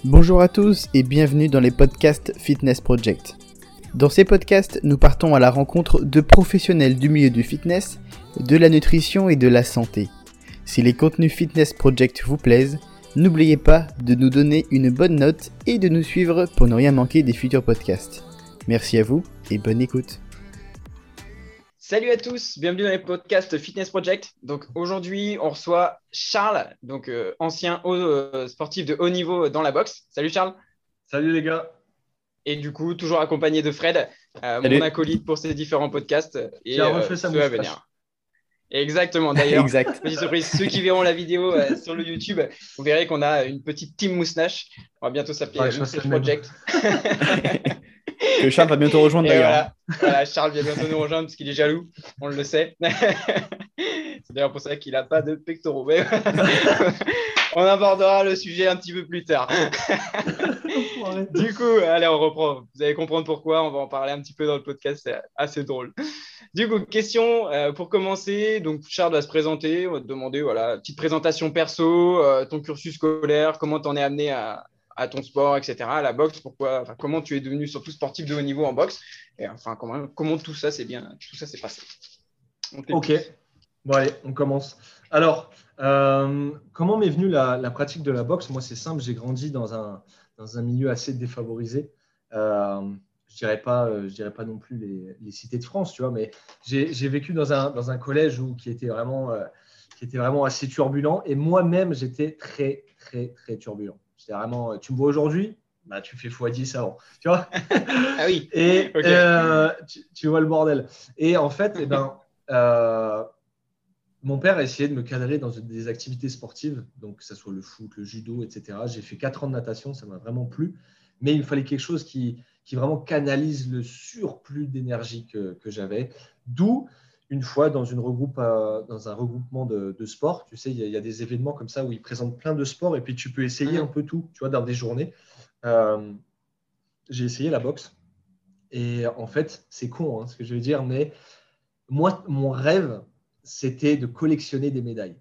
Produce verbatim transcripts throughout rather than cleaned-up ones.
Bonjour à tous et bienvenue dans les podcasts Fitness Project. Dans ces podcasts, nous partons à la rencontre de professionnels du milieu du fitness, de la nutrition et de la santé. Si les contenus Fitness Project vous plaisent, n'oubliez pas de nous donner une bonne note et de nous suivre pour ne rien manquer des futurs podcasts. Merci à vous et bonne écoute. Salut à tous, bienvenue dans les podcasts Fitness Project. Donc aujourd'hui, on reçoit Charles, donc euh, ancien haut, euh, sportif de haut niveau dans la boxe. Salut Charles. Salut les gars. Et du coup, toujours accompagné de Fred, euh, mon acolyte pour ces différents podcasts et Qui a refait euh, sa ceux à moustache. venir. Exactement, d'ailleurs, Exact. petite surprise, ceux qui verront la vidéo euh, sur le YouTube, vous verrez qu'on a une petite team moustache. On va bientôt s'appeler Ouais, euh, je fasse Moustache le même. Project. Que Charles va bientôt rejoindre Et d'ailleurs. voilà, voilà, Charles vient bientôt nous rejoindre parce qu'il est jaloux, on le sait. C'est d'ailleurs pour ça qu'il n'a pas de pectoraux. Mais on abordera le sujet un petit peu plus tard. Du coup, allez, on reprend. Vous allez comprendre pourquoi. On va en parler un petit peu dans le podcast. C'est assez drôle. Du coup, question euh, pour commencer. Donc, Charles va se présenter. On va te demander, voilà, petite présentation perso, euh, ton cursus scolaire, comment tu en es amené à, à ton sport, et cetera, à la boxe, pourquoi, enfin, comment tu es devenu surtout sportif de haut niveau en boxe, et enfin, comment, comment tout ça s'est bien, tout ça s'est passé. Ok, bon allez, on commence. Alors, euh, comment m'est venue la, la pratique de la boxe? Moi, c'est simple, j'ai grandi dans un, dans un milieu assez défavorisé. Euh, je dirais pas, euh, je dirais pas non plus les, les cités de France, tu vois, mais j'ai, j'ai vécu dans un, dans un collège où, qui était vraiment, euh, qui était vraiment assez turbulent, et moi-même, j'étais très, très, très turbulent. C'était vraiment, tu me vois aujourd'hui, bah, tu fais fois dix avant, tu vois. Ah oui. Et Ok. euh, tu, tu vois le bordel. Et en fait, eh ben, euh, mon père a essayé de me cadrer dans des activités sportives, donc que ce soit le foot, le judo, et cetera. J'ai fait quatre ans de natation, ça m'a vraiment plu, mais il me fallait quelque chose qui, qui vraiment canalise le surplus d'énergie que, que j'avais. D'où, une fois, dans, une regroupe, euh, dans un regroupement de, de sport, tu sais, il y, a, il y a des événements comme ça où ils présentent plein de sports et puis tu peux essayer un peu tout, tu vois, dans des journées. Euh, j'ai essayé la boxe et en fait, c'est con hein, ce que je veux dire, mais moi, mon rêve, c'était de collectionner des médailles.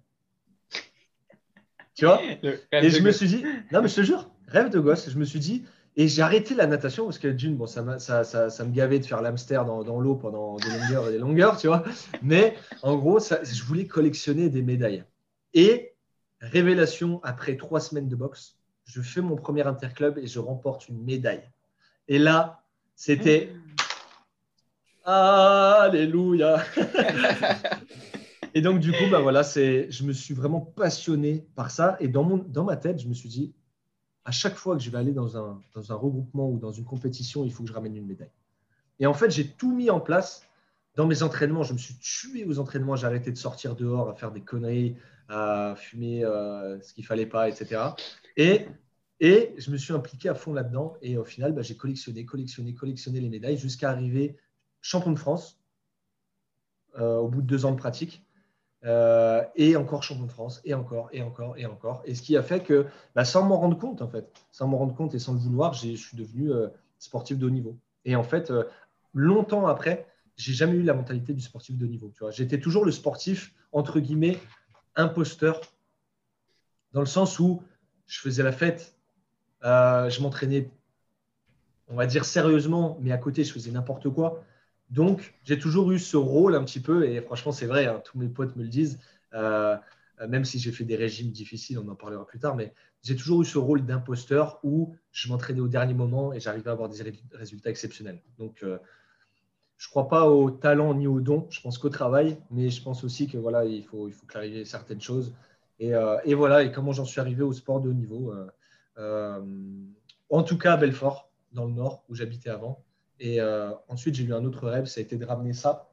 Tu vois? Le rêve Et de je me gosse. suis dit, non, mais je te jure, rêve de gosse, je me suis dit, et j'ai arrêté la natation parce que d'une, bon, ça, ça, ça, ça me gavait de faire l'hamster dans, dans l'eau pendant des longueurs et des longueurs, tu vois. Mais en gros, ça, je voulais collectionner des médailles. Et révélation, après trois semaines de boxe, je fais mon premier interclub et je remporte une médaille. Et là, c'était Alléluia. Et donc, du coup, bah voilà, c'est, je me suis vraiment passionné par ça. Et dans, mon, dans ma tête, je me suis dit, à chaque fois que je vais aller dans un, dans un regroupement ou dans une compétition, il faut que je ramène une médaille. Et en fait, j'ai tout mis en place dans mes entraînements. Je me suis tué aux entraînements. J'ai arrêté de sortir dehors à faire des conneries, à fumer euh, ce qu'il ne fallait pas, et cetera. Et, et je me suis impliqué à fond là-dedans. Et au final, bah, j'ai collectionné, collectionné, collectionné les médailles jusqu'à arriver champion de France euh, au bout de deux ans de pratique. Euh, et encore champion de France, et encore, et encore, et encore. Et ce qui a fait que, bah, sans m'en rendre compte, en fait, sans m'en rendre compte et sans le vouloir, je suis devenu euh, sportif de haut niveau. Et en fait, euh, longtemps après, j'ai jamais eu la mentalité du sportif de haut niveau. Tu vois. J'étais toujours le sportif, entre guillemets, imposteur, dans le sens où je faisais la fête, euh, je m'entraînais, on va dire sérieusement, mais à côté, je faisais n'importe quoi. Donc, j'ai toujours eu ce rôle un petit peu, et franchement, c'est vrai, hein, tous mes potes me le disent, euh, même si j'ai fait des régimes difficiles, on en parlera plus tard, mais j'ai toujours eu ce rôle d'imposteur où je m'entraînais au dernier moment et j'arrivais à avoir des résultats exceptionnels. Donc, euh, je ne crois pas au talent ni au don, je pense qu'au travail, mais je pense aussi que voilà, il faut, il faut clarifier certaines choses. Et, euh, et voilà, et comment j'en suis arrivé au sport de haut niveau. Euh, euh, en tout cas, à Belfort, dans le Nord, où j'habitais avant. Et euh, ensuite, j'ai eu un autre rêve, ça a été de ramener ça,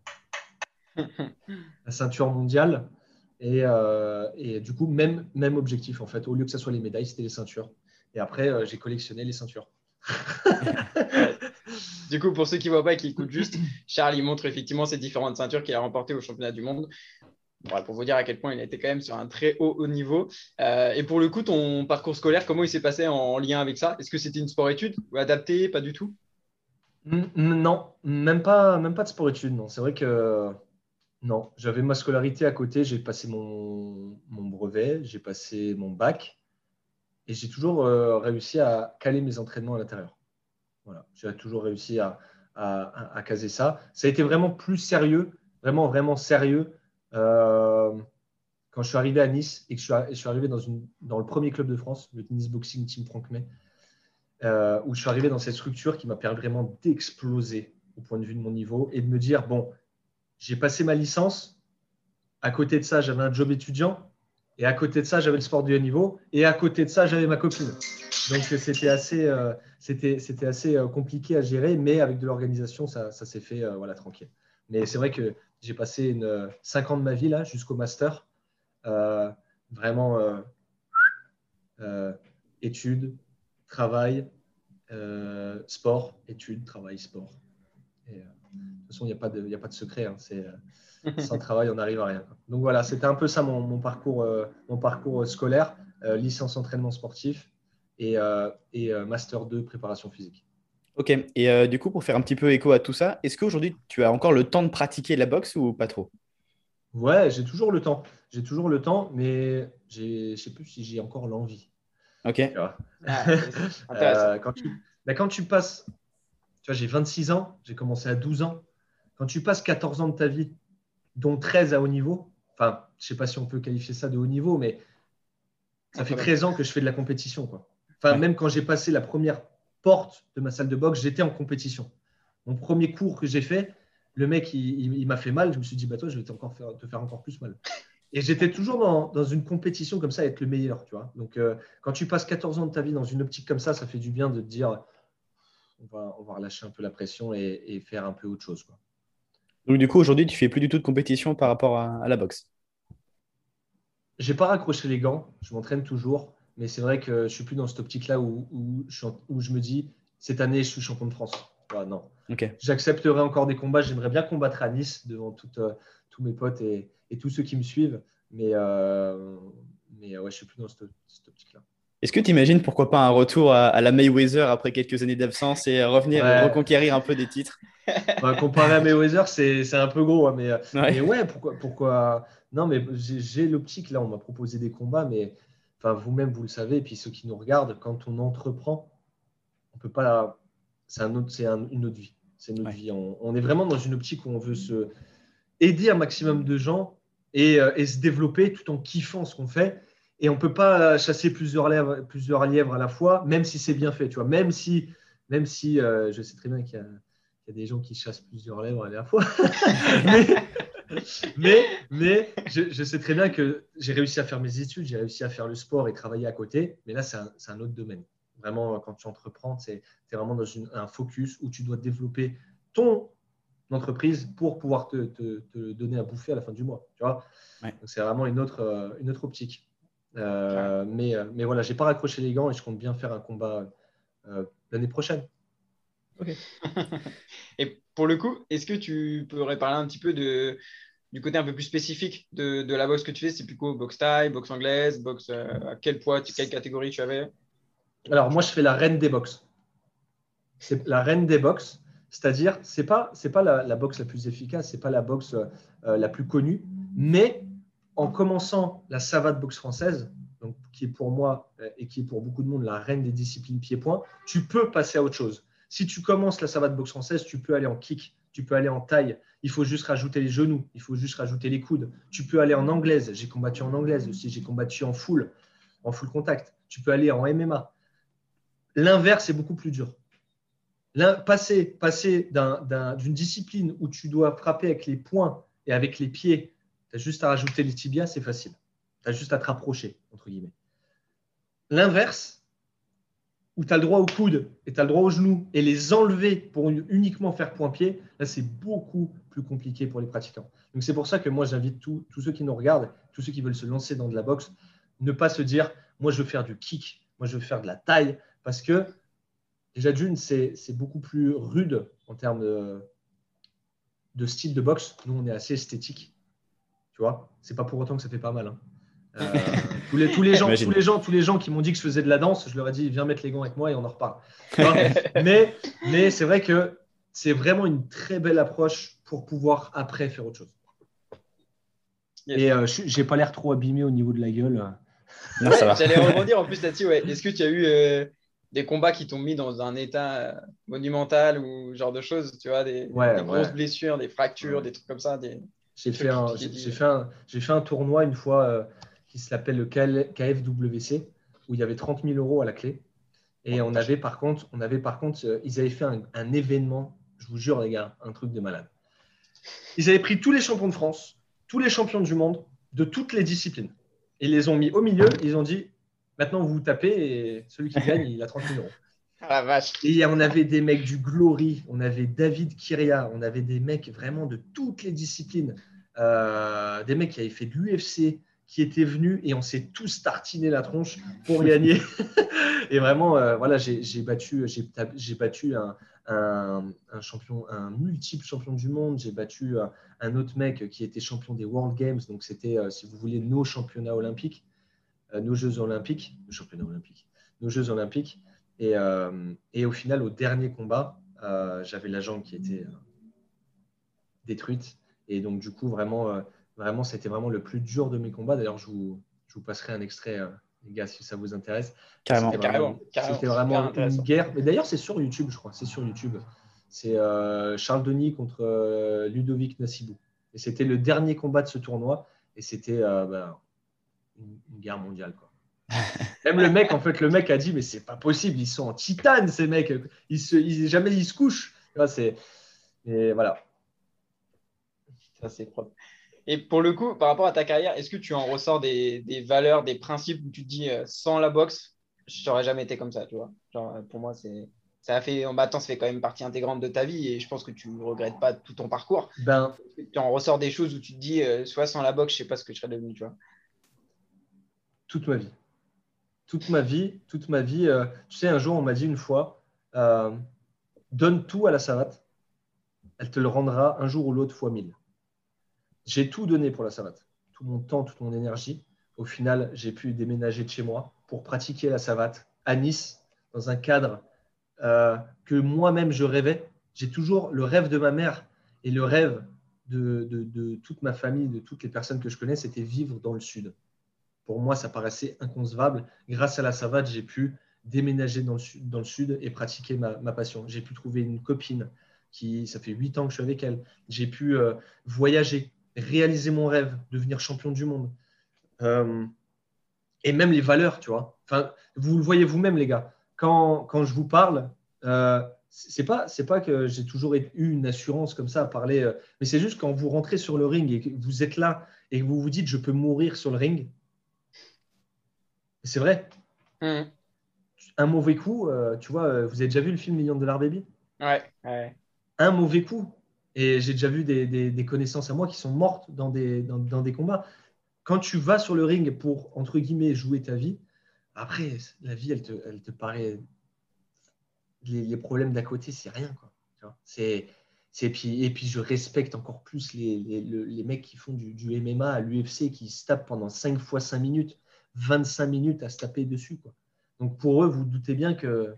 la ceinture mondiale. Et, euh, et du coup, même, même objectif, en fait. Au lieu que ce soit les médailles, c'était les ceintures. Et après, euh, j'ai collectionné les ceintures. Ouais. Du coup, pour ceux qui ne voient pas et qui écoutent juste, Charles, il montre effectivement ces différentes ceintures qu'il a remportées au championnat du monde. Bon, pour vous dire à quel point il était quand même sur un très haut, haut niveau. Euh, et pour le coup, ton parcours scolaire, comment il s'est passé en lien avec ça? Est-ce que c'était une sport-études ou adapté? Pas du tout? Non, même pas, même pas de sport-études. Non, c'est vrai que non. J'avais ma scolarité à côté. J'ai passé mon, mon brevet, j'ai passé mon bac. et j'ai toujours euh, réussi à caler mes entraînements à l'intérieur. Voilà, j'ai toujours réussi à, à, à caser ça. Ça a été vraiment plus sérieux, vraiment, vraiment sérieux. Euh, quand je suis arrivé à Nice et que je suis, je suis arrivé dans, une, dans le premier club de France, le Nice Boxing Team Franck May, euh, où je suis arrivé dans cette structure qui m'a permis vraiment d'exploser au point de vue de mon niveau et de me dire, bon, j'ai passé ma licence, à côté de ça, j'avais un job étudiant, et à côté de ça, j'avais le sport du haut niveau, et à côté de ça, j'avais ma copine. Donc, c'était assez, euh, c'était, c'était assez euh, compliqué à gérer, mais avec de l'organisation, ça, ça s'est fait euh, voilà, tranquille. Mais c'est vrai que j'ai passé une, euh, cinq ans de ma vie là, jusqu'au master, euh, vraiment euh, euh, études, travail, euh, sport, études, travail, sport. Et, euh, de toute façon, il n'y a pas de, il n'y a pas de secret. Hein, c'est, euh, sans travail, on n'arrive à rien. Quoi. Donc voilà, c'était un peu ça mon, mon parcours, euh, mon parcours scolaire, euh, licence entraînement sportif et, euh, et euh, master deux préparation physique. Ok, et euh, du coup, pour faire un petit peu écho à tout ça, est-ce qu'aujourd'hui, tu as encore le temps de pratiquer la boxe ou pas trop? Ouais, j'ai toujours le temps. J'ai toujours le temps, mais j'ai, je ne sais plus si j'ai encore l'envie. Ok, Tu vois. Ah, intéressant. euh, quand, tu, bah, quand tu passes, tu vois, j'ai vingt-six ans, j'ai commencé à douze ans. Quand tu passes quatorze ans de ta vie, dont treize à haut niveau, enfin, je ne sais pas si on peut qualifier ça de haut niveau, mais ça fait treize ans que je fais de la compétition, quoi. Enfin, ouais. même quand j'ai passé la première porte de ma salle de boxe, j'étais en compétition. Mon premier cours que j'ai fait, le mec, il, il, il m'a fait mal. Je me suis dit, bah toi, je vais encore faire, te faire encore plus mal. Et j'étais toujours dans, dans une compétition comme ça, être le meilleur, tu vois. Donc, euh, quand tu passes quatorze ans de ta vie dans une optique comme ça, ça fait du bien de te dire, on va, on va relâcher un peu la pression et, et faire un peu autre chose, quoi. Donc du coup, aujourd'hui, tu fais plus du tout de compétition par rapport à, à la boxe. J'ai pas raccroché les gants, je m'entraîne toujours, mais c'est vrai que je suis plus dans cette optique-là où, où, je, où je me dis, cette année, je suis champion de France. Voilà, non. Ok. J'accepterai encore des combats. J'aimerais bien combattre à Nice devant tout, euh, tous mes potes et, et, tous ceux qui me suivent. Mais, euh, mais ouais, je suis plus dans cette, cette optique-là. Est-ce que tu imagines pourquoi pas un retour à, à la Mayweather après quelques années d'absence et revenir Ouais, reconquérir un peu des titres? bah, comparé à Mayweather, c'est, c'est un peu gros. Hein, mais, mais Ouais. ouais, pourquoi, pourquoi... Non, mais j'ai, j'ai l'optique. Là, on m'a proposé des combats, mais enfin, vous-même, vous le savez. Et puis ceux qui nous regardent, quand on entreprend, on peut pas. C'est, un autre, c'est un, une autre vie. C'est une autre Ouais. vie. On, on est vraiment dans une optique où on veut se aider un maximum de gens et, euh, et se développer tout en kiffant ce qu'on fait. Et on ne peut pas chasser plusieurs lièvres, plusieurs lièvres à la fois, même si c'est bien fait. Tu vois. Même si, même si euh, je sais très bien qu'il y a, qu'il y a des gens qui chassent plusieurs lièvres à la fois. mais mais, mais je, je, sais très bien que j'ai réussi à faire mes études, j'ai réussi à faire le sport et travailler à côté. Mais là, c'est un, c'est un autre domaine. Vraiment, quand tu entreprends, tu es vraiment dans une, un focus où tu dois développer ton entreprise pour pouvoir te, te, te, donner à bouffer à la fin du mois. Tu vois. Ouais. Donc, c'est vraiment une autre, une autre optique. Euh, ouais. mais, mais voilà, je n'ai pas raccroché les gants et je compte bien faire un combat euh, l'année prochaine. Okay. Et pour le coup, est-ce que tu pourrais parler un petit peu de, du côté un peu plus spécifique de, de la boxe que tu fais? C'est plus quoi? Boxe thaï, boxe anglaise, boxe euh, à quel poids, quelle catégorie tu avais? Alors, moi, je fais la reine des boxes. C'est la reine des boxes. C'est-à-dire, ce n'est pas, c'est pas la, la boxe la plus efficace, ce n'est pas la boxe euh, la plus connue, mais en commençant la savate boxe française, donc, qui est pour moi euh, et qui est pour beaucoup de monde la reine des disciplines pied-point, tu peux passer à autre chose. Si tu commences la savate boxe française, tu peux aller en kick, tu peux aller en taille, il faut juste rajouter les genoux, il faut juste rajouter les coudes. Tu peux aller en anglaise, j'ai combattu en anglaise aussi, j'ai combattu en full, en full contact. Tu peux aller en M M A. L'inverse est beaucoup plus dur. Passer, passer d'un, d'un, d'une discipline où tu dois frapper avec les poings et avec les pieds, tu as juste à rajouter les tibias, c'est facile. Tu as juste à te rapprocher, entre guillemets. L'inverse, où tu as le droit au coude et tu as le droit aux genoux et les enlever pour uniquement faire point-pied, là, c'est beaucoup plus compliqué pour les pratiquants. Donc, c'est pour ça que moi, j'invite tous, tous ceux qui nous regardent, tous ceux qui veulent se lancer dans de la boxe, ne pas se dire, moi, je veux faire du kick, moi, je veux faire de la taille, parce que déjà, d'une, c'est, c'est beaucoup plus rude en termes de, de style de boxe. Nous, on est assez esthétique. Tu vois, c'est pas pour autant que ça fait pas mal. Hein. Euh, tous, les, tous, les gens, tous, les gens, tous les gens qui m'ont dit que je faisais de la danse, je leur ai dit, viens mettre les gants avec moi et on en reparle. mais, mais c'est vrai que c'est vraiment une très belle approche pour pouvoir après faire autre chose. Yes. Et euh, je n'ai pas l'air trop abîmé au niveau de la gueule. Non, Ouais, ça va. j'allais rebondir en plus là-dessus. Ouais. Est-ce que tu as eu euh, des combats qui t'ont mis dans un état euh, monumental ou ce genre de choses, tu vois, des, Ouais, des grosses ouais. blessures, des fractures, Ouais. des trucs comme ça, des, des J'ai fait trucs que un, tu t'es j'ai j'ai dit. fait un, j'ai fait un tournoi une fois euh, qui s'appelle le K L K F W C, où il y avait trente mille euros à la clé. Oh, Et on vache. avait par contre, on avait par contre, euh, ils avaient fait un, un événement, je vous jure les gars, un truc de malade. Ils avaient pris tous les champions de France, tous les champions du monde, de toutes les disciplines. Ils les ont mis au milieu, ils ont dit, maintenant vous vous tapez et celui qui gagne, il a trente mille euros. Ah la vache. Et on avait des mecs du Glory, on avait David Kyria, on avait des mecs vraiment de toutes les disciplines, euh, des mecs qui avaient fait de l'U F C, qui étaient venus et on s'est tous tartiné la tronche pour gagner. Et vraiment, euh, voilà, j'ai j'ai battu, j'ai j'ai battu un, un, un champion, un multiple champion du monde. J'ai battu un, un autre mec qui était champion des World Games. Donc c'était, euh, si vous voulez, nos championnats olympiques, euh, nos Jeux olympiques, championnats olympiques, nos Jeux olympiques. Et, euh, et au final, au dernier combat, euh, j'avais la jambe qui était euh, détruite. Et donc, du coup, vraiment, euh, vraiment c'était vraiment le plus dur de mes combats. D'ailleurs, je vous, je vous passerai un extrait, euh, les gars, si ça vous intéresse. Mais Carrément. c'était Ah, vraiment, une, carrément, carrément, c'était super vraiment une intéressant. guerre. Mais d'ailleurs, c'est sur YouTube, je crois. C'est sur YouTube. C'est euh, Charles Denis contre euh, Ludovic Nassibou. Et c'était le dernier combat de ce tournoi. Et c'était euh, ben, une, une guerre mondiale, quoi. Même le mec, en fait, le mec a dit, mais c'est pas possible, ils sont en titane, ces mecs. Ils se, ils, jamais ils se couchent. Tu vois, c'est, et voilà. Ça, c'est propre. Et pour le coup, par rapport à ta carrière, est-ce que tu en ressors des, des valeurs, des principes où tu te dis, euh, sans la boxe, je n'aurais jamais été comme ça, tu vois? Genre, euh, pour moi, c'est, ça a fait, en battant, ça fait quand même partie intégrante de ta vie et je pense que tu ne regrettes pas tout ton parcours. Ben, Est-ce que tu en ressors des choses où tu te dis, euh, soit sans la boxe, je ne sais pas ce que je serais devenu, tu vois? toute ma vie. Toute ma vie, toute ma vie. Euh, tu sais, un jour, on m'a dit une fois, euh, donne tout à la savate, elle te le rendra un jour ou l'autre fois mille. J'ai tout donné pour la savate, tout mon temps, toute mon énergie. Au final, j'ai pu déménager de chez moi pour pratiquer la savate à Nice, dans un cadre euh, que moi-même je rêvais. J'ai toujours le rêve de ma mère et le rêve de, de, de toute ma famille, de toutes les personnes que je connais, c'était vivre dans le sud. Pour moi, ça paraissait inconcevable. Grâce à la savate, j'ai pu déménager dans le sud, dans le sud et pratiquer ma, ma passion. J'ai pu trouver une copine qui, ça fait huit ans que je suis avec elle. J'ai pu euh, voyager, réaliser mon rêve, devenir champion du monde. Euh, et même les valeurs, tu vois. Enfin, vous le voyez vous-même, les gars. Quand, quand je vous parle, euh, c'est pas, c'est pas que j'ai toujours eu une assurance comme ça à parler, euh, mais c'est juste quand vous rentrez sur le ring et que vous êtes là et que vous vous dites je peux mourir sur le ring, c'est vrai. Mhm. Un mauvais coup, euh, tu vois, euh, vous avez déjà vu le film Million Dollar Baby? Ouais, ouais. Un mauvais coup. Et j'ai déjà vu des, des- des connaissances à moi qui sont mortes dans des, dans, dans des combats. Quand tu vas sur le ring pour, entre guillemets, jouer ta vie, après, la vie, elle te, elle te paraît. Les, les problèmes d'à côté, c'est rien, quoi. Tu vois, c'est, c'est, puis, et puis, je respecte encore plus les, les, les mecs qui font du, du M M A à l'U F C, qui se tapent pendant cinq fois cinq minutes, vingt-cinq minutes à se taper dessus, quoi. Donc, pour eux, vous, vous doutez bien que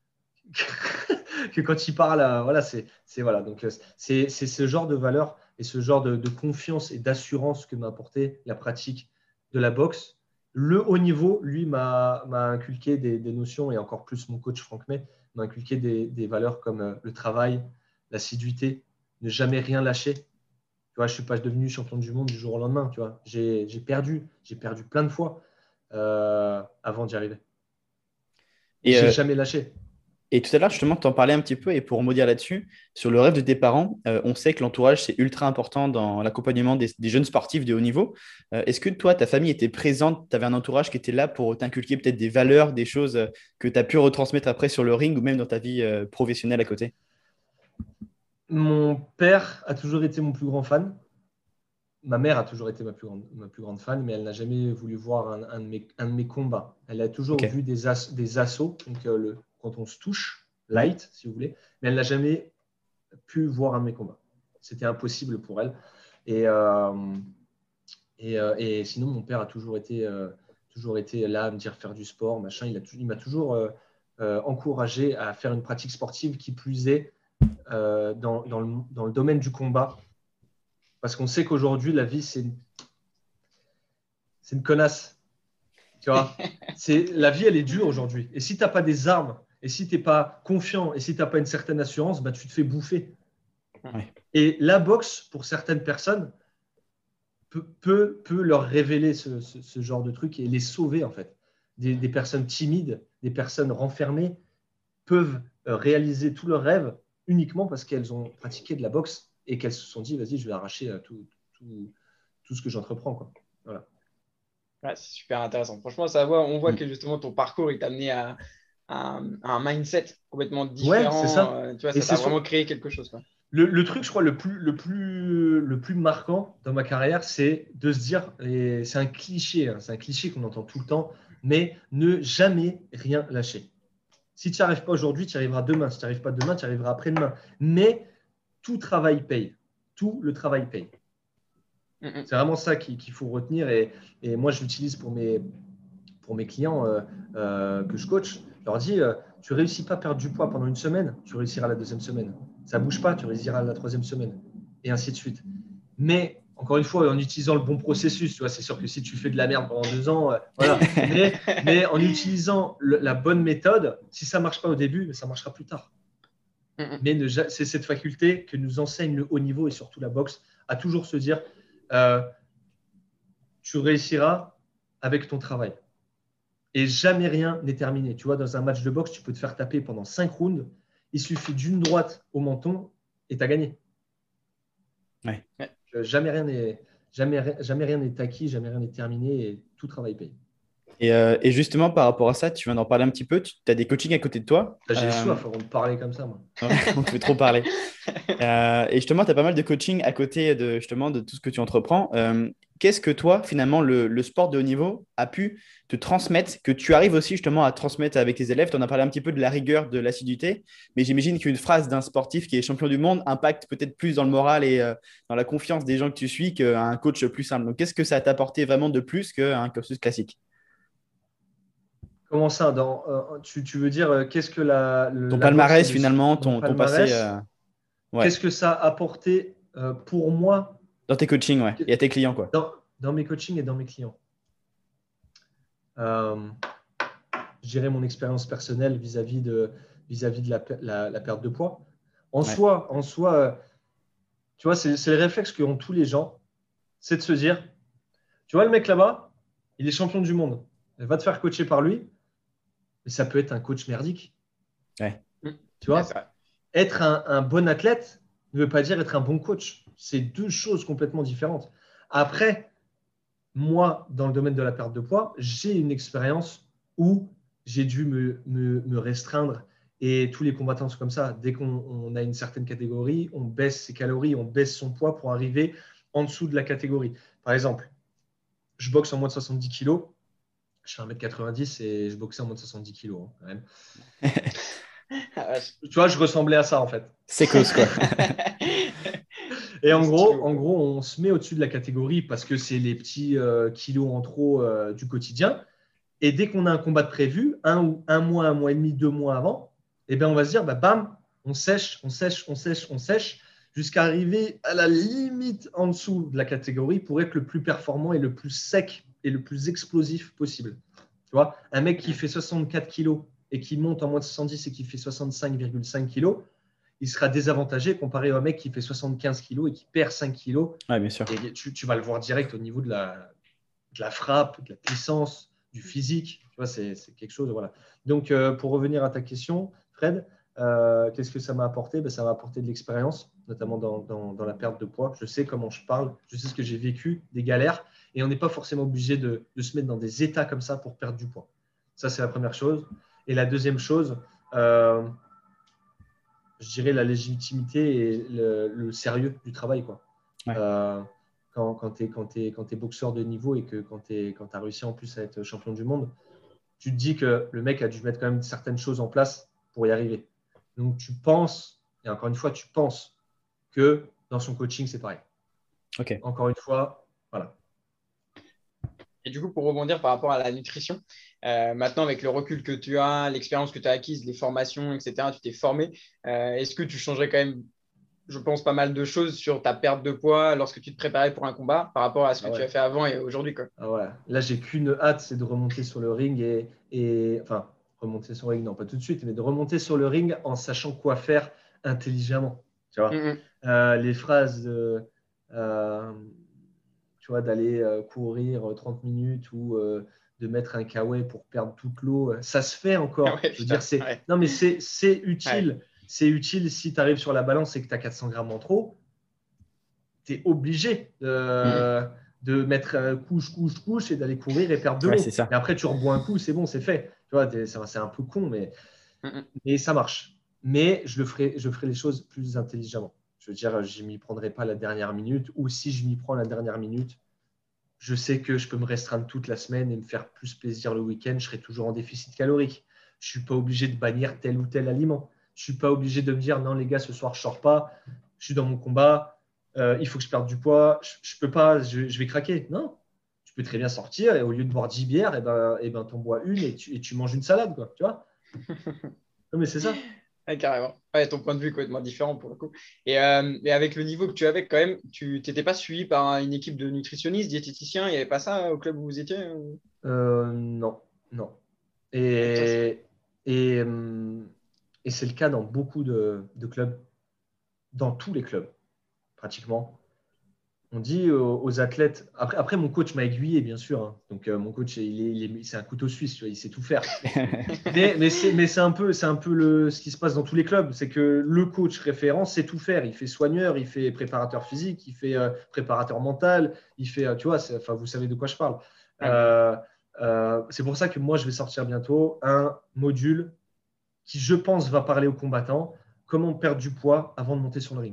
que quand il parle, à, voilà, c'est, c'est voilà. Donc c'est, c'est ce genre de valeur et ce genre de, de confiance et d'assurance que m'a apporté la pratique de la boxe. Le haut niveau, lui, m'a, m'a inculqué des, des notions et encore plus mon coach Franck May m'a inculqué des, des valeurs comme euh, le travail, l'assiduité, ne jamais rien lâcher. Tu vois, je suis pas devenu champion du monde du jour au lendemain. Tu vois, j'ai, j'ai perdu, j'ai perdu plein de fois euh, avant d'y arriver. Et Et, j'ai euh, jamais lâché. et tout à l'heure, justement, tu en parlais un petit peu, et pour rebondir là-dessus, sur le rêve de tes parents, euh, on sait que l'entourage, c'est ultra important dans l'accompagnement des, des jeunes sportifs de haut niveau. Euh, est-ce que toi, ta famille était présente, tu avais un entourage qui était là pour t'inculquer peut-être des valeurs, des choses euh, que tu as pu retransmettre après sur le ring ou même dans ta vie euh, professionnelle à côté? Mon père a toujours été mon plus grand fan. Ma mère a toujours été ma plus grande, ma plus grande fan, mais elle n'a jamais voulu voir un, un de mes, un de mes combats. Elle a toujours Ok. vu des, as, des assauts, donc euh, le, quand on se touche, light, si vous voulez, mais elle n'a jamais pu voir un de mes combats. C'était impossible pour elle. Et, euh, et, euh, et, sinon, mon père a toujours été, euh, toujours été là à me dire faire du sport, machin. Il, a, il m'a toujours euh, euh, encouragé à faire une pratique sportive qui plus est euh, dans, dans, le, dans le domaine du combat. Parce qu'on sait qu'aujourd'hui, la vie, c'est une, c'est une connasse. Tu vois, c'est, la vie, elle est dure aujourd'hui. Et si tu n'as pas des armes, et si tu n'es pas confiant, et si tu n'as pas une certaine assurance, bah, tu te fais bouffer. Ouais. Et la boxe, pour certaines personnes, peut, peut, peut leur révéler ce, ce, ce genre de truc et les sauver, en fait. Des, des personnes timides, des personnes renfermées peuvent réaliser tous leurs rêves uniquement parce qu'elles ont pratiqué de la boxe et qu'elles se sont dit, vas-y, je vais arracher tout, tout, tout ce que j'entreprends, quoi. Voilà. Ouais, c'est super intéressant. Franchement, ça voit, on voit Mm. que justement ton parcours, il t'a amené à, à un, à un mindset complètement Ouais, c'est différent. ça. Euh, tu vois, Et ça c'est t'a sur... vraiment créé quelque chose, quoi. le, le truc, je crois, le plus, le, plus, le plus marquant dans ma carrière, c'est de se dire, et c'est un cliché, hein, c'est un cliché qu'on entend tout le temps, mais ne jamais rien lâcher. Si tu n'y arrives pas aujourd'hui, tu y arriveras demain. Si tu n'y arrives pas demain, tu y arriveras après-demain. Mais tout travail paye. Tout le travail paye. Mm-mm. C'est vraiment ça qu'il, qu'il faut retenir. Et, et moi, je l'utilise pour mes, pour mes clients euh, euh, que je coach. Je leur dis, euh, tu ne réussis pas à perdre du poids pendant une semaine, tu réussiras la deuxième semaine. Ça ne bouge pas, tu réussiras la troisième semaine. Et ainsi de suite. Mais, encore une fois, en utilisant le bon processus, tu vois, c'est sûr que si tu fais de la merde pendant deux ans, euh, voilà. Mais, mais en utilisant le, la bonne méthode, si ça ne marche pas au début, ça marchera plus tard. Mm-mm. Mais ne, c'est cette faculté que nous enseigne le haut niveau et surtout la boxe, à toujours se dire, euh, tu réussiras avec ton travail. Et jamais rien n'est terminé. Tu vois, dans un match de boxe, tu peux te faire taper pendant cinq rounds. Il suffit d'une droite au menton et tu as gagné. Ouais. Euh, Jamais rien n'est jamais, jamais rien n'est acquis, jamais rien n'est terminé et tout travail paye. Et, euh, et justement, par rapport à ça, tu viens d'en parler un petit peu. Tu as des coachings à côté de toi. Là, j'ai Euh, soif avant de parler comme ça, moi. ouais, on peut trop parler. Euh, et justement, tu as pas mal de coaching à côté de, justement, de tout ce que tu entreprends. Euh, qu'est-ce que toi, finalement, le, le sport de haut niveau a pu te transmettre, que tu arrives aussi justement à transmettre avec tes élèves? Tu en as parlé un petit peu de la rigueur, de l'assiduité, mais j'imagine qu'une phrase d'un sportif qui est champion du monde impacte peut-être plus dans le moral et euh, dans la confiance des gens que tu suis qu'un coach plus simple. Donc, qu'est-ce que ça t'a apporté vraiment de plus qu'un cursus classique? Comment ça dans, euh, tu, tu veux dire, euh, qu'est-ce que la, le- Ton la boxe et palmarès, le, finalement, mon ton, ton passé. palmarès, euh, Ouais, qu'est-ce que ça a apporté euh, pour moi dans tes coachings, ouais, et à tes clients, quoi. dans, dans mes coachings et dans mes clients? Euh, je dirais mon expérience personnelle vis-à-vis de, vis-à-vis de la, la, la perte de poids. En Ouais, soi, en soi euh, tu vois, c'est, c'est le réflexe qu'ont tous les gens, c'est de se dire, tu vois, le mec là-bas, il est champion du monde. Il va te faire coacher par lui, mais ça peut être un coach merdique. ouais, Mm. Tu Ouais, c'est vois, vrai. être un, un bon athlète ne veut pas dire être un bon coach. C'est deux choses complètement différentes. Après, moi, dans le domaine de la perte de poids, j'ai une expérience où j'ai dû me, me, me restreindre. Et tous les combattants sont comme ça. Dès qu'on on a une certaine catégorie, on baisse ses calories, on baisse son poids pour arriver en dessous de la catégorie. Par exemple, je boxe en moins de soixante-dix kilos. Je fais un mètre quatre-vingt-dix et je boxais en moins de soixante-dix kilos, hein, quand même. Ah, vache. Tu vois, je ressemblais à ça en fait. c'est cause, quoi. Et Le en gros, stylo, en quoi. gros, on se met au-dessus de la catégorie parce que c'est les petits euh, kilos en trop euh, du quotidien. Et dès qu'on a un combat de prévu, un, ou, un mois, un mois et demi, deux mois avant, eh ben on va se dire, bah, bam, on sèche, on sèche, on sèche, on sèche, jusqu'à arriver à la limite en dessous de la catégorie pour être le plus performant et le plus sec et le plus explosif possible. Tu vois, un mec qui fait soixante-quatre kilos et qui monte en moins de soixante-dix et qui fait soixante-cinq virgule cinq kilos, il sera désavantagé comparé à un mec qui fait soixante-quinze kilos et qui perd cinq kilos. Ouais, bien sûr. Et tu, tu vas le voir direct au niveau de la, de la frappe, de la puissance, du physique. Tu vois, c'est, c'est quelque chose. Voilà. Donc, euh, pour revenir à ta question, Fred, euh, qu'est-ce que ça m'a apporté? Ben, ça m'a apporté de l'expérience, notamment dans, dans, dans la perte de poids. Je sais comment je parle, je sais ce que j'ai vécu, des galères, et on n'est pas forcément obligé de, de se mettre dans des états comme ça pour perdre du poids. Ça, c'est la première chose. Et la deuxième chose, euh, je dirais la légitimité et le, le sérieux du travail, quoi. Ouais. Euh, quand, quand tu es quand t'es, quand t'es boxeur de niveau et que quand tu as réussi en plus à être champion du monde, tu te dis que le mec a dû mettre quand même certaines choses en place pour y arriver. Donc tu penses, et encore une fois, tu penses que dans son coaching, c'est pareil. Ok. Encore une fois, voilà. Et du coup, pour rebondir par rapport à la nutrition, euh, maintenant avec le recul que tu as, l'expérience que tu as acquise, les formations, et cetera, tu t'es formé, euh, est-ce que tu changerais quand même je pense, pas mal de choses sur ta perte de poids lorsque tu te préparais pour un combat par rapport à ce que Ah ouais. tu as fait avant et aujourd'hui, quoi. Ah ouais. Là, j'ai qu'une hâte, c'est de remonter sur le ring et, et enfin, remonter sur le ring, non, pas tout de suite, mais de remonter sur le ring en sachant quoi faire intelligemment. Tu vois, Mm-hmm. euh, les phrases de, euh, tu vois, d'aller euh, courir trente minutes ou euh, de mettre un kawaii pour perdre toute l'eau, ça se fait encore. Ouais, Je veux putain, dire, c'est ouais. non, mais c'est c'est Ouais. utile. C'est utile si tu arrives sur la balance et que tu as quatre cents grammes en trop. Tu es obligé de, de mettre euh, couche, couche, couche et d'aller courir et perdre de Ouais, l'eau. c'est ça. Mais après, tu rebois un coup, c'est bon, c'est fait. Tu vois, t'es- ça- c'est un peu con, mais, Mm-hmm. mais ça marche. Mais je le ferai, je ferai les choses plus intelligemment. Je veux dire, je ne m'y prendrai pas la dernière minute. Ou si je m'y prends la dernière minute, je sais que je peux me restreindre toute la semaine et me faire plus plaisir le week-end. Je serai toujours en déficit calorique. Je ne suis pas obligé de bannir tel ou tel aliment. Je ne suis pas obligé de me dire non, les gars, ce soir, je ne sors pas. Je suis dans mon combat. Euh, il faut que je perde du poids. Je ne peux pas, je, je, vais craquer. Non. Tu peux très bien sortir et au lieu de boire dix bières, eh ben, eh ben, tu en bois une et tu, et tu manges une salade. Quoi, tu vois. Non, mais c'est ça. Ouais, carrément. Ouais, ton point de vue est complètement différent pour le coup. Et, euh, et avec le niveau que tu avais quand même, tu n'étais pas suivi par une équipe de nutritionnistes, diététiciens, il n'y avait pas ça au club où vous étiez ou... Euh, non. Non. Ah, putain, c'est- Et, et, hum, et c'est le cas dans beaucoup de, de clubs, dans tous les clubs, pratiquement. On dit aux, aux athlètes. Après, après, mon coach m'a aiguillé, bien sûr. Hein. Donc, euh, mon coach, il est, il est- c'est un couteau suisse, tu vois, il sait tout faire. Mais, mais c'est mais c'est un peu, c'est un peu le, ce qui se passe dans tous les clubs. C'est que le coach référent sait tout faire. Il fait soigneur, il fait préparateur physique, il fait euh, préparateur mental, il fait, euh, tu vois, c'est- enfin, vous savez de quoi je parle. Ouais. Euh, euh, c'est pour ça que moi, je vais sortir bientôt un module qui, je pense, va parler aux combattants comment perdre du poids avant de monter sur le ring.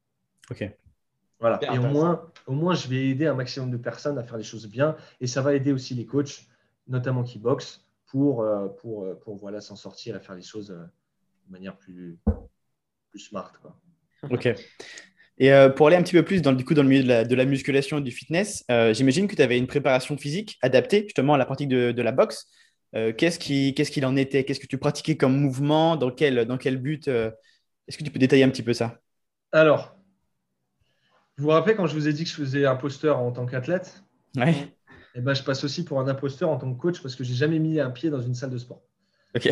Ok. Voilà. Hyper Et au intéressant. moins, au moins, je vais aider un maximum de personnes à faire les choses bien. Et ça va aider aussi les coachs, notamment qui boxent, pour, euh, pour, euh, pour voilà, s'en sortir et faire les choses euh, de manière plus, plus smart. Quoi. Ok. Et euh, pour aller un petit peu plus dans, du coup, dans le milieu de la, de la musculation et du fitness, euh, j'imagine que tu avais une préparation physique adaptée justement à la pratique de, de la boxe. Euh, qu'est-ce qui, qu'est-ce qu'il en était? Qu'est-ce que tu pratiquais comme mouvement? Dans quel, dans quel but? euh, Est-ce que tu peux détailler un petit peu ça? Alors, vous vous rappelez quand je vous ai dit que je faisais imposteur en tant qu'athlète? Mm. Ouais. Eh ben, je passe aussi pour un imposteur en tant que coach parce que j'ai jamais mis un pied dans une salle de sport. Ok.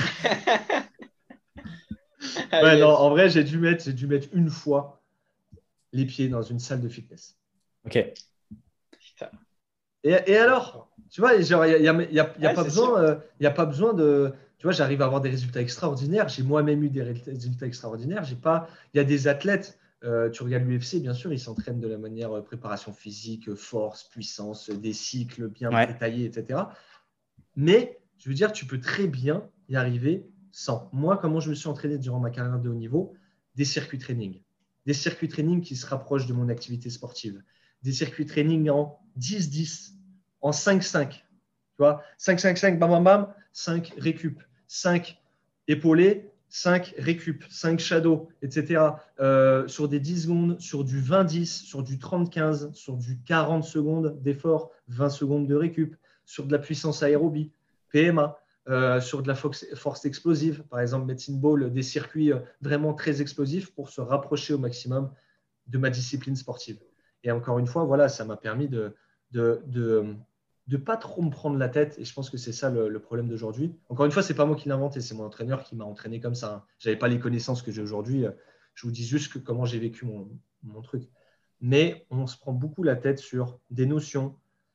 Ah, Ouais, non, yes. en vrai, j'ai dû mettre, j'ai dû mettre une fois les pieds dans une salle de fitness. Ok. Putain. Et, et alors, tu vois, genre, il n'y a, y a- y a- y a Ouais, pas c'est sûr. besoin, euh, y a pas besoin de. Tu vois, j'arrive à avoir des résultats extraordinaires. J'ai moi-même eu des ré- résultats extraordinaires. J'ai pas. Il y a des athlètes. Euh, tu regardes l'U F C, bien sûr, ils s'entraînent de la manière euh, préparation physique, euh, force, puissance, euh, des cycles bien Ouais. détaillés, et cetera. Mais je veux dire, tu peux très bien y arriver sans. Moi, comment je me suis entraîné durant ma carrière de haut niveau? Des circuits training. Des circuits training qui se rapprochent de mon activité sportive. Des circuits training en dix dix, en cinq cinq. Tu vois, cinq cinq cinq, bam bam bam, cinq récup, cinq épaulés, cinq récup, cinq shadow, et cetera. Euh, sur des dix secondes, sur du vingt dix, sur du trente quinze, sur du quarante secondes d'effort, vingt secondes de récup, sur de la puissance aérobie, P M A, euh, sur de la force, force explosive, par exemple Medicine Ball, des circuits euh, vraiment très explosifs pour se rapprocher au maximum de ma discipline sportive. Et encore une fois, voilà, ça m'a permis de de, de, de pas trop me prendre la tête. Et je pense que c'est ça le, le problème d'aujourd'hui. Encore une fois, c'est pas moi qui l'ai inventé, c'est mon entraîneur qui m'a entraîné comme ça. Hein. J'avais pas les connaissances que j'ai aujourd'hui. Je vous dis juste que, comment j'ai vécu mon, mon truc. Mais on se prend beaucoup la tête sur des notions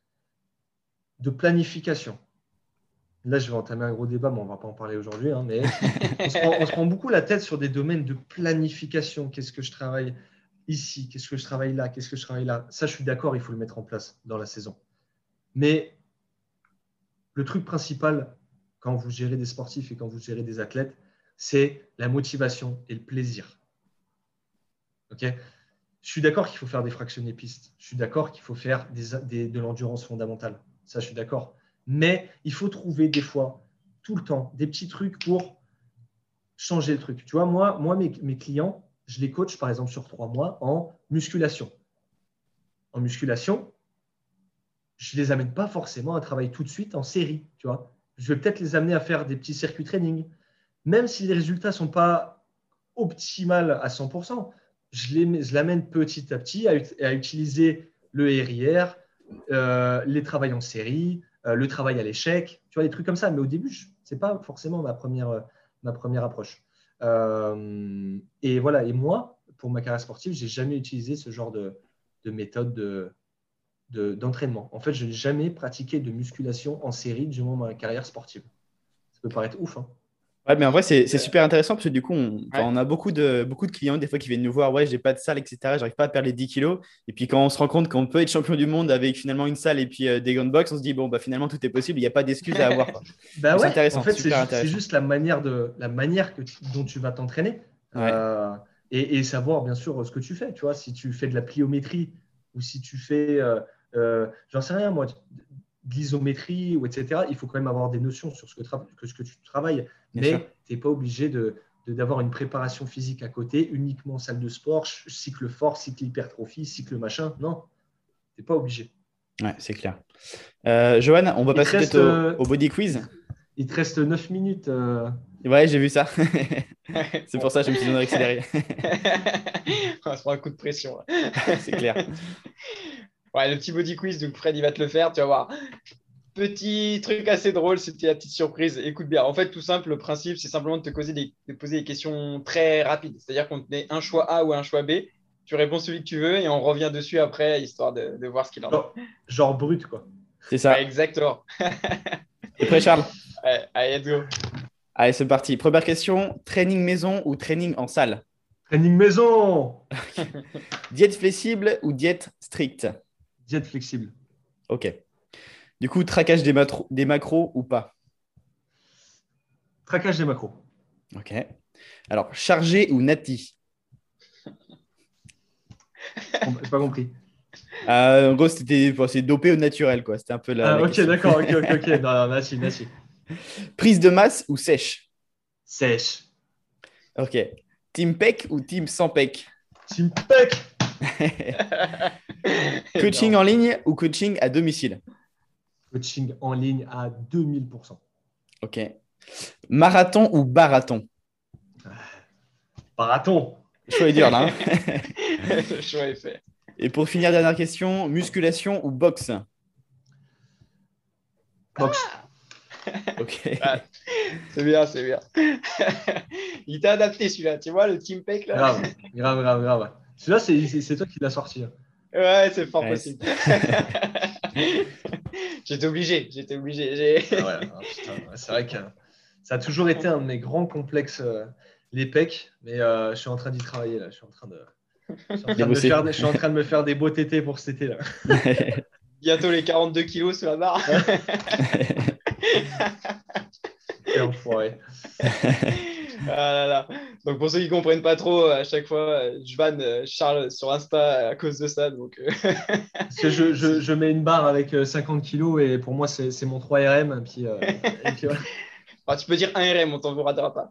de planification. Là, je vais entamer un gros débat, mais on ne va pas en parler aujourd'hui. Hein, mais on se, prend, on se prend beaucoup la tête sur des domaines de planification. Qu'est-ce que je travaille ici? Qu'est-ce que je travaille là? Qu'est-ce que je travaille là? Ça, je suis d'accord, il faut le mettre en place dans la saison. Mais le truc principal, quand vous gérez des sportifs et quand vous gérez des athlètes, c'est la motivation et le plaisir. Okay, je suis d'accord qu'il faut faire des fractionnés pistes. Je suis d'accord qu'il faut faire des, des, de l'endurance fondamentale. Ça, je suis d'accord. Mais il faut trouver des fois, tout le temps, des petits trucs pour changer le truc. Tu vois, moi, moi mes, mes clients, je les coach, par exemple, sur trois mois en musculation. En musculation, je ne les amène pas forcément à travailler tout de suite en série. Tu vois, je vais peut-être les amener à faire des petits circuits training. Même si les résultats ne sont pas optimales à cent pour cent, je, les, je l'amène petit à petit à, à utiliser le R I R, euh, les travails en série, euh, le travail à l'échec, tu vois, des trucs comme ça. Mais au début, ce n'est pas forcément ma première, ma première approche. Euh, et voilà, et moi, pour ma carrière sportive, je n'ai jamais utilisé ce genre de, de méthode de, de, d'entraînement. En fait, je n'ai jamais pratiqué de musculation en série durant ma carrière sportive. Ça peut paraître ouf, hein. Ouais, mais en vrai, c'est c'est super intéressant parce que du coup, on, enfin, Ouais. on a beaucoup de, beaucoup de clients des fois qui viennent nous voir. Ouais, j'ai pas de salle, et cetera. J'arrive pas à perdre les dix kilos. Et puis quand on se rend compte qu'on peut être champion du monde avec finalement une salle et puis euh, des gants de boxe, on se dit, bon, bah finalement, tout est possible. Il n'y a pas d'excuses à avoir, quoi. Bah Mais c'est ouais, en intéressant, fait, c'est super ju- c'est intéressant. juste la manière, de, la manière que tu- dont tu vas t'entraîner Ouais, euh, et, et savoir bien sûr ce que tu fais. Tu vois, si tu fais de la pliométrie ou si tu fais, euh, euh, j'en sais rien moi, de l'isométrie ou et cetera, il faut quand même avoir des notions sur ce que, tra- que, ce que tu travailles. bien sûr. Mais tu n'es pas obligé de, de- d'avoir une préparation physique à côté, uniquement salle de sport, ch- cycle force, cycle hypertrophie, cycle machin. Non, tu n'es pas obligé. Ouais, c'est clair. Euh, Johan, on va Il te passer peut-être reste, au, euh, au body il quiz. te, il te reste neuf minutes. euh, Ouais, j'ai vu ça. C'est Bon. pour ça que je me suis dit accéléré. On va se prendre un coup de pression, là. C'est clair. Ouais, le petit body quiz, donc Fred, il va te le faire, tu vas voir. Petit truc assez drôle, c'était la petite surprise. Écoute bien, en fait, tout simple, le principe, c'est simplement de te poser des, de poser des questions très rapides. C'est-à-dire qu'on te met un choix A ou un choix B, tu réponds celui que tu veux et on revient dessus après, histoire de, de voir ce qu'il en est. genre, genre brut, quoi. C'est Ouais, ça. exactement. T'es prêt, Charles? Ouais, allez, let's go. Allez, c'est parti. Première question, training maison ou training en salle? Training maison, Diète flexible ou diète stricte? diète flexible, Ok. Du coup, traquage des, matro- des macros ou pas? traquage des macros. Ok. Alors, chargé ou nati? Bon, j'ai pas compris. Euh, en gros, c'était bon, c'est dopé ou naturel, quoi. C'était un peu la, Ah, la ok, question. d'accord, ok, ok, ok. Non, non, nati, nati. Prise de masse ou sèche? Sèche. Ok. Team pec ou team sans pec? Team Peck. Coaching en ligne ou coaching à domicile? Coaching en ligne à deux mille pour cent. Ok. Marathon ou marathon? Marathon. Le choix est dur, là, hein. Le choix est fait. Et pour finir, dernière question, musculation ou boxe? Box. Ok. Ah, c'est bien, c'est bien. Il t'a adapté celui-là, tu vois, le Team Peck là. Grave, grave, grave, grave. Celui-là, c'est, c'est, c'est toi qui l'as sorti, hein. Ouais, c'est fort Ouais, possible. J'étais obligé, j'étais obligé. J'ai- Ah ouais, ah, putain, ouais, c'est vrai que ça a toujours été un de mes grands complexes, euh, les pecs, mais euh, je suis en train d'y travailler là. Je suis en train de, je suis en train de me Débosser. faire, je suis en train de me faire des beaux tétés pour cet été là. Bientôt les quarante-deux kilos sur la barre. Quel enfoiré. Ah là là. Donc pour ceux qui ne comprennent pas trop, à chaque fois, euh, je vanne euh, Charles sur Insta à cause de ça. Donc, euh, Parce que je, je, je mets une barre avec euh, cinquante kilos et pour moi, c'est, c'est mon trois R M. Et puis, euh, et puis, voilà. enfin, tu peux dire un R M, on t'en voudra pas.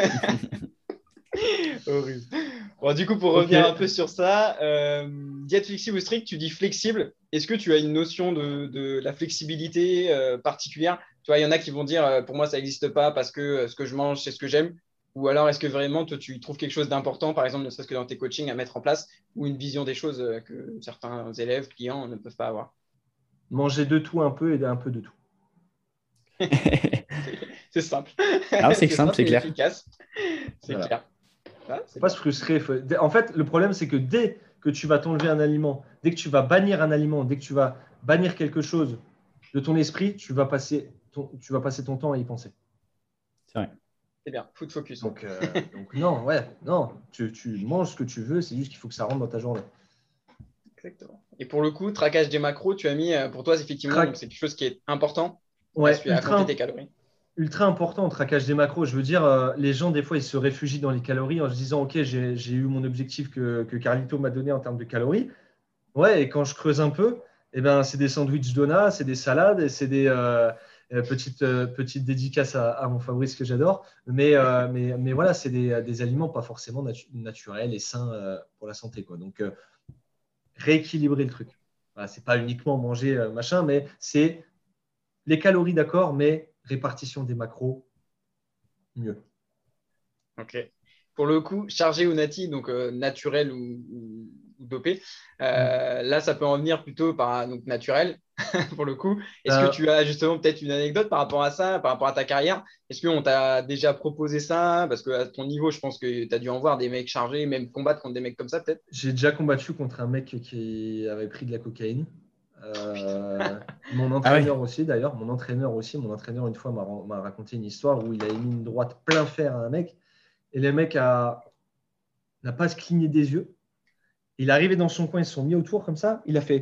Horrible. Bon, du coup, pour Ok. revenir un peu sur ça, euh, diète flexible ou strict, tu dis flexible. Est-ce que tu as une notion de, de la flexibilité euh, particulière? Tu vois, il y en a qui vont dire, euh, pour moi, ça n'existe pas parce que euh, ce que je mange, c'est ce que j'aime. Ou alors, est-ce que vraiment, toi, tu trouves quelque chose d'important, par exemple, ne serait-ce que dans tes coachings, à mettre en place, ou une vision des choses euh, que certains élèves, clients ne peuvent pas avoir? Manger de tout un peu et un peu de tout. C'est c'est simple. Ah, c'est C'est simple, c'est et clair. efficace. C'est Voilà. clair. Ah, c'est Faut pas bien. se frustrer. Faut- En fait, le problème, c'est que dès que tu vas t'enlever un aliment, dès que tu vas bannir un aliment, dès que tu vas bannir quelque chose de ton esprit, tu vas passer ton, tu vas passer ton temps à y penser. C'est vrai. C'est bien. Foot focus. Donc, euh, donc non, ouais, non, tu, tu manges ce que tu veux, c'est juste qu'il faut que ça rentre dans ta journée. Exactement. Et pour le coup, traquage des macros, tu as mis, euh, pour toi, effectivement, Trac- donc c'est quelque chose qui est important à, Ouais, su- à ultra, compter tes calories. ultra important, traquage des macros. Je veux dire, euh, les gens, des fois, ils se réfugient dans les calories en se disant, OK, j'ai j'ai eu mon objectif que, que Carlito m'a donné en termes de calories. Ouais, et quand je creuse un peu, eh ben, c'est des sandwichs donuts, c'est des salades, et c'est des euh, euh, petites, euh, petites dédicaces à, à mon Fabrice que j'adore. Mais, euh, mais, mais voilà, c'est des, des aliments pas forcément natu- naturels et sains euh, pour la santé, quoi. Donc, euh, rééquilibrer le truc. Voilà, c'est pas uniquement manger euh, machin, mais c'est les calories, d'accord, mais répartition des macros, mieux. Ok. pour le coup, chargé ou nati, donc euh, naturel ou, ou, ou dopé, euh, là, ça peut en venir plutôt par donc, naturel, pour le coup. Est-ce que Euh, tu as justement peut-être une anecdote par rapport à ça, par rapport à ta carrière? Est-ce qu'on t'a déjà proposé ça? Parce qu'à ton niveau, je pense que tu as dû en voir des mecs chargés, même combattre contre des mecs comme ça, peut-être? j'ai déjà combattu contre un mec qui avait pris de la cocaïne. Euh, mon Ah ouais. entraîneur aussi, d'ailleurs, mon entraîneur aussi, mon entraîneur une fois m'a, m'a raconté une histoire où il a mis une droite plein fer à un mec et le mec a, n'a pas se cligné des yeux. Il est arrivé dans son coin, ils se sont mis autour comme ça. Il a fait.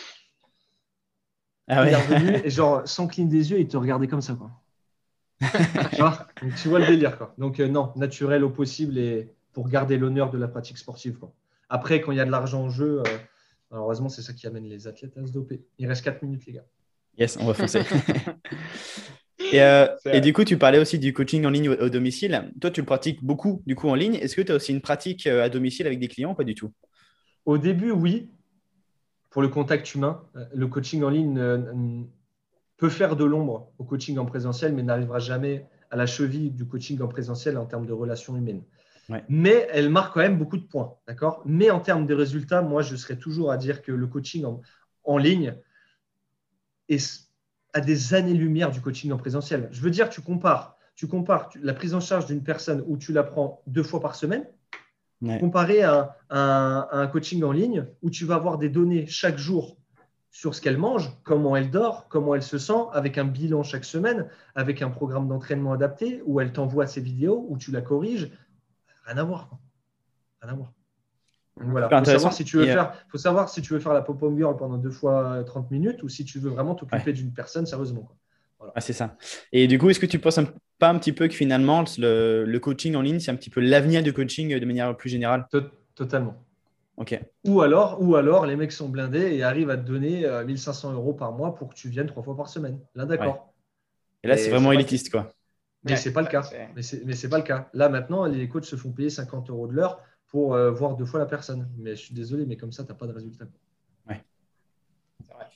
Ah Il ouais. est revenu et genre sans cligner des yeux, il te regardait comme ça quoi. Tu vois. Donc, tu vois le délire quoi. Donc euh, non, naturel au possible et pour garder l'honneur de la pratique sportive quoi. Après, quand il y a de l'argent en jeu, euh, malheureusement, c'est ça qui amène les athlètes à se doper. Il reste quatre minutes les gars. Yes, on va foncer. Et, euh, et C'est- du coup, tu parlais aussi du coaching en ligne au, au domicile. Toi, tu le pratiques beaucoup du coup en ligne. Est-ce que tu as aussi une pratique euh, à domicile avec des clients ou pas du tout? Au début, oui, pour le contact humain, euh, le coaching en ligne euh, peut faire de l'ombre au coaching en présentiel, mais n'arrivera jamais à la cheville du coaching en présentiel en termes de relations humaines. Ouais. Mais elle marque quand même beaucoup de points, d'accord? Mais en termes de résultats, moi, je serais toujours à dire que le coaching en, en ligne est à des années-lumière du coaching en présentiel. Je veux dire, tu compares, tu compares la prise en charge d'une personne où tu la prends deux fois par semaine, Ouais. comparé à, à, à un coaching en ligne où tu vas avoir des données chaque jour sur ce qu'elle mange, comment elle dort, comment elle se sent, avec un bilan chaque semaine, avec un programme d'entraînement adapté, où elle t'envoie ses vidéos, où tu la corriges. Rien à voir. Quoi. Rien à voir. Donc voilà, Super faut savoir intéressant. si tu veux Et, euh, faire, faut savoir si tu veux faire la pop-up girl pendant deux fois trente minutes ou si tu veux vraiment ouais. t'occuper d'une personne sérieusement. Quoi. Voilà. Ah, c'est ça. Et du coup, est-ce que tu penses un- pas un petit peu que finalement, le, le coaching en ligne, c'est un petit peu l'avenir du coaching euh, de manière plus générale? Tot- Totalement. Ok. Ou alors, ou alors, les mecs sont blindés et arrivent à te donner euh, mille cinq cents euros par mois pour que tu viennes trois fois par semaine. Là, Ouais. d'accord. Et là, c'est Mais c'est vraiment pas le cas. élitiste, quoi. Mais Ouais, c'est pas le ouais, cas. c'est- Mais c'est, mais c'est pas le cas. Là, maintenant, les coachs se font payer cinquante euros de l'heure pour euh, voir deux fois la personne. Mais je suis désolé, mais comme ça, tu n'as pas de résultat. Ouais. c'est vrai.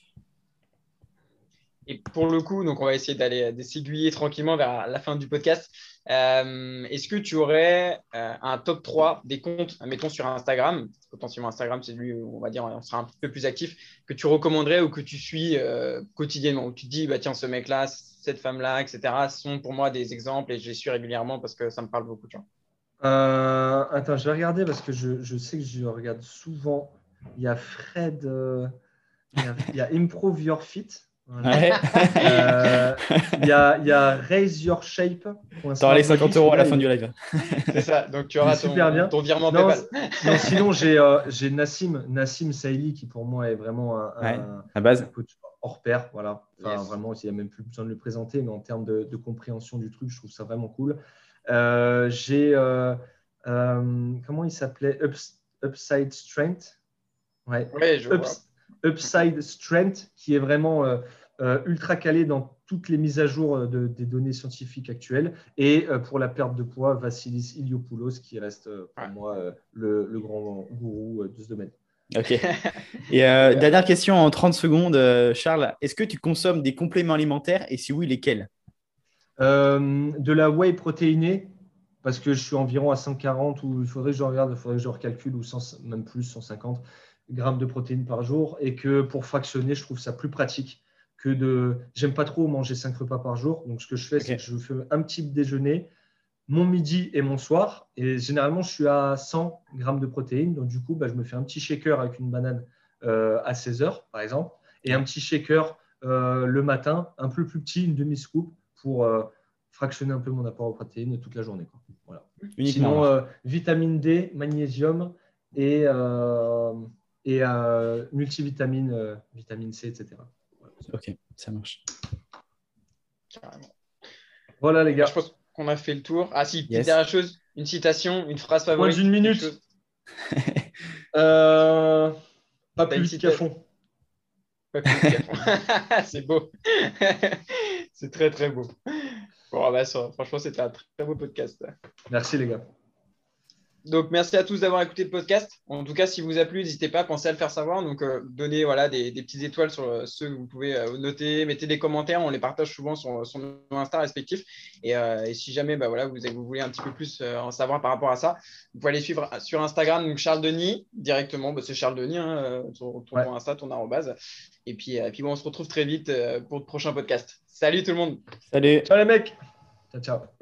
Et pour le coup, donc on va essayer d'aller de s'aiguiller tranquillement vers la fin du podcast. Euh, est-ce que tu aurais euh, un top trois des comptes, mettons sur Instagram, potentiellement Instagram, c'est lui où on va dire on sera un petit peu plus actif, que tu recommanderais ou que tu suis euh, quotidiennement, où tu te dis, bah, tiens, ce mec-là, cette femme-là, et cetera, sont pour moi des exemples et je les suis régulièrement parce que ça me parle beaucoup. Tu vois. Euh, attends, je vais regarder parce que je, je sais que je regarde souvent. Il y a Fred, euh, il, y a, il y a Improve Your Fit. Voilà. Ouais. Euh, il, y a, il y a Raise Your Shape. T'auras les Smart Body. cinquante euros à la Celui-là, fin il du est, live. C'est ça, donc tu il est auras super ton, bien. ton virement Non, PayPal. non sinon, j'ai euh, j'ai Nassim, Nassim Saïli qui pour moi est vraiment un, Ouais. un, À un base. coach hors pair. Voilà. Enfin, Yes. vraiment, il n'y a même plus besoin de le présenter, mais en termes de, de compréhension du truc, je trouve ça vraiment cool. Euh, j'ai, euh, euh, comment il s'appelait Ups- Upside Strength. Ouais. Ouais, je vois. Ups- Upside Strength, qui est vraiment euh, euh, ultra calé dans toutes les mises à jour de, des données scientifiques actuelles. Et euh, pour la perte de poids, Vassilis Iliopoulos, qui reste euh, pour Ouais. moi euh, le, le grand gourou euh, de ce domaine. Ok. Et euh, dernière question en trente secondes, euh, Charles. Est-ce que tu consommes des compléments alimentaires et si oui, lesquels? Euh, de la whey protéinée, parce que je suis environ à cent quarante, ou il faudrait que je regarde, il faudrait que je recalcule, ou cent, même plus, cent cinquante grammes de protéines par jour. Et que pour fractionner, je trouve ça plus pratique que de. J'aime pas trop manger cinq repas par jour. Donc, ce que je fais, c'est que Ok. je fais un petit déjeuner, mon midi et mon soir. Et généralement, je suis à cent grammes de protéines. Donc, du coup, bah, je me fais un petit shaker avec une banane euh, à seize heures, par exemple, et un Ouais. petit shaker euh, le matin, un peu plus petit, une demi-scoop, pour euh, fractionner un peu mon apport aux protéines toute la journée. Quoi. Voilà. Uniquement Sinon, alors. euh, vitamine D, magnésium et, euh, et euh, multivitamines, euh, vitamine C, et cetera. Voilà, Ok, ça marche. Carrément. voilà les Bon, bah, je gars. pense qu'on a fait le tour. Ah si, petite Yes. dernière chose, une citation, une phrase Moins favorite, d'une quelque minute. chose. Euh, pas T'as plus une vite qu'à citation. fond. Pas plus vite qu'à fond. C'est beau. C'est très très beau. Bon, bah, ça, franchement, c'était un très beau podcast. Merci les gars. Donc, merci à tous d'avoir écouté le podcast. En tout cas, si vous a plu, n'hésitez pas à penser à le faire savoir. Donc, euh, donnez voilà, des, des petites étoiles sur euh, ceux que vous pouvez euh, noter. Mettez des commentaires. On les partage souvent sur, sur nos Insta respectifs. Et, euh, et si jamais bah, voilà, vous, vous voulez un petit peu plus euh, en savoir par rapport à ça, vous pouvez aller suivre sur Instagram donc Charles Denis directement. Bah, c'est Charles Denis, hein, euh, ton, ton, Ouais. ton Insta, ton arrobase. Et puis, euh, puis bon, on se retrouve très vite euh, pour le prochain podcast. Salut tout le monde. Salut. Ciao les mecs. Ciao, ciao.